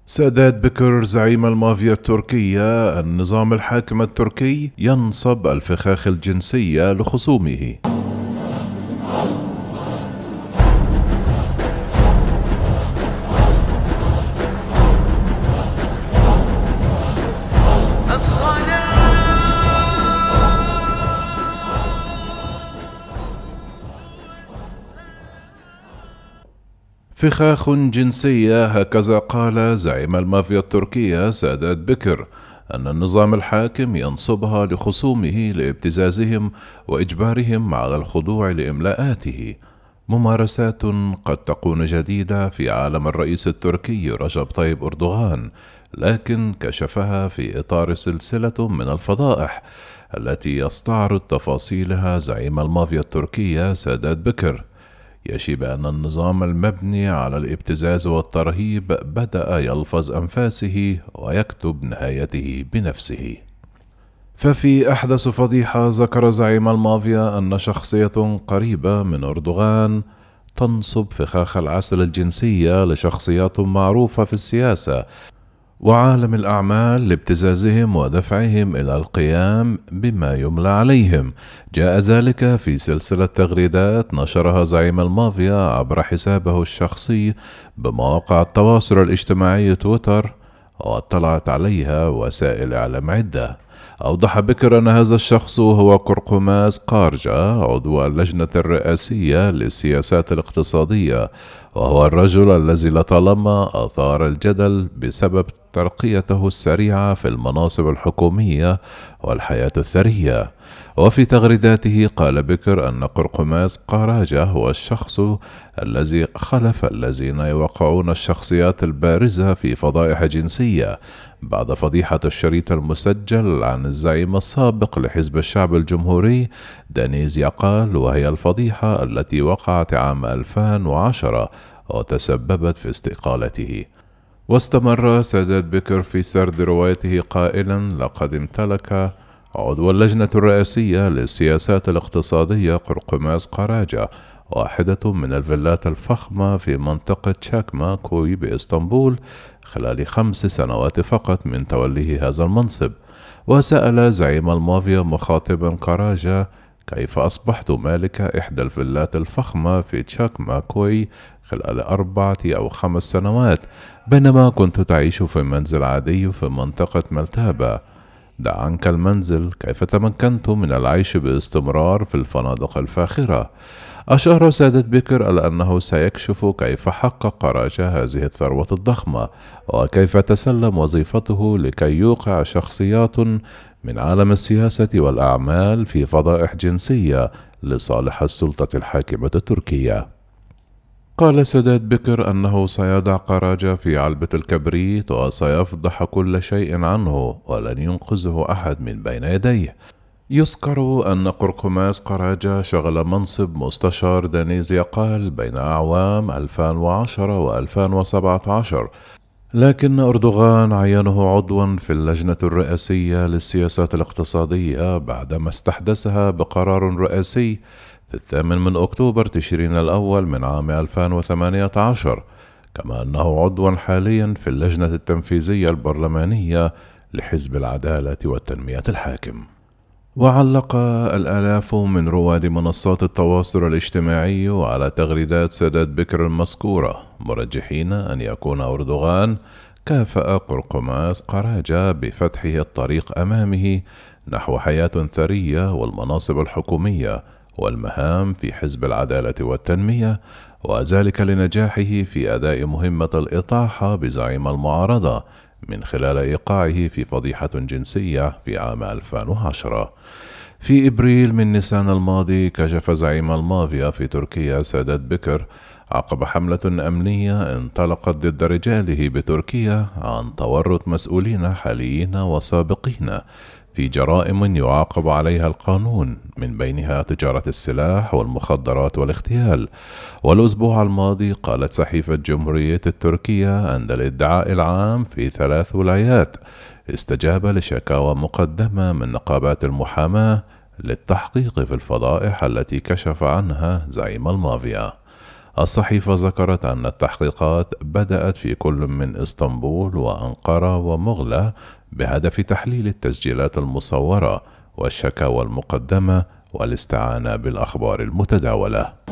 سادات بكر زعيم المافيا التركية. النظام الحاكم التركي ينصب الفخاخ الجنسية لخصومه. فخاخ جنسية، هكذا قال زعيم المافيا التركية سادات بكر أن النظام الحاكم ينصبها لخصومه لابتزازهم وإجبارهم على الخضوع لإملاءاته. ممارسات قد تكون جديدة في عالم الرئيس التركي رجب طيب أردوغان، لكن كشفها في إطار سلسلة من الفضائح التي يستعرض تفاصيلها زعيم المافيا التركية سادات بكر. يشي بأن النظام المبني على الابتزاز والترهيب بدأ يلفظ أنفاسه ويكتب نهايته بنفسه. ففي أحدث فضيحة ذكر زعيم المافيا أن شخصية قريبة من أردوغان تنصب فخاخ العسل الجنسية لشخصيات معروفة في السياسة وعالم الأعمال لابتزازهم ودفعهم إلى القيام بما يملى عليهم. جاء ذلك في سلسلة تغريدات نشرها زعيم المافيا عبر حسابه الشخصي بمواقع التواصل الاجتماعي تويتر، واطلعت عليها وسائل إعلام عدة. أوضح بكر أن هذا الشخص هو قرقماز قارجة، عضو اللجنة الرئاسية للسياسات الاقتصادية، وهو الرجل الذي لطالما أثار الجدل بسبب ترقيته السريعة في المناصب الحكومية والحياة الثرية. وفي تغريداته قال بكر أن قرقماز قراجة هو الشخص الذي خلف الذين يوقعون الشخصيات البارزة في فضائح جنسية بعد فضيحة الشريط المسجل عن الزعيم السابق لحزب الشعب الجمهوري دانيز يقال، وهي الفضيحة التي وقعت عام 2010 وتسببت في استقالته. واستمر سادات بكر في سرد روايته قائلا: لقد امتلك عضو اللجنة الرئاسية للسياسات الاقتصادية قرقماز قراجة واحدة من الفيلات الفخمة في منطقة شاكما كوي بإسطنبول خلال 5 سنوات فقط من توليه هذا المنصب. وسأل زعيم المافيا مخاطبا قراجة: كيف أصبحت مالك إحدى الفيلات الفخمة في تشاكما كوي خلال 4 أو 5 سنوات بينما كنت تعيش في منزل عادي في منطقة ملتابة؟ دع عنك المنزل، كيف تمكنت من العيش باستمرار في الفنادق الفاخرة؟ أشار سادة بكر على أنه سيكشف كيف حقق راجع هذه الثروة الضخمة وكيف تسلم وظيفته لكي يوقع شخصيات من عالم السياسة والأعمال في فضائح جنسية لصالح السلطة الحاكمة التركية. قال سادات بكر أنه سيضع قراجة في علبة الكبريت وسيفضح كل شيء عنه ولن ينقذه أحد من بين يديه. يذكر أن قرقماز قراجة شغل منصب مستشار دانيز يقال بين أعوام 2010 و 2017، لكن أردوغان عينه عضوا في اللجنة الرئاسية للسياسات الاقتصادية بعدما استحدثها بقرار رئاسي في 8 أكتوبر تشرين الأول من عام 2018، كما أنه عضوا حاليا في اللجنة التنفيذية البرلمانية لحزب العدالة والتنمية الحاكم. وعلق الآلاف من رواد منصات التواصل الاجتماعي على تغريدات سادات بكر المذكورة مرجحين أن يكون أردوغان كافأ قرقماز قراجة بفتحه الطريق أمامه نحو حياة ثرية والمناصب الحكومية والمهام في حزب العدالة والتنمية، وذلك لنجاحه في أداء مهمة الإطاحة بزعيم المعارضة من خلال إيقاعه في فضيحة جنسية في عام 2010. في إبريل من نيسان الماضي كشف زعيم المافيا في تركيا سادات بكر عقب حملة أمنية انطلقت ضد رجاله بتركيا عن تورط مسؤولين حاليين وسابقين في جرائم يعاقب عليها القانون، من بينها تجارة السلاح والمخدرات والاغتيال. والأسبوع الماضي قالت صحيفة جمهورية التركية أن الادعاء العام في 3 ولايات استجاب لشكاوى مقدمة من نقابات المحاماة للتحقيق في الفضائح التي كشف عنها زعيم المافيا. الصحيفة ذكرت أن التحقيقات بدأت في كل من إسطنبول وأنقرة ومغلا بهدف تحليل التسجيلات المصورة والشكاوى المقدمة والاستعانة بالأخبار المتداولة.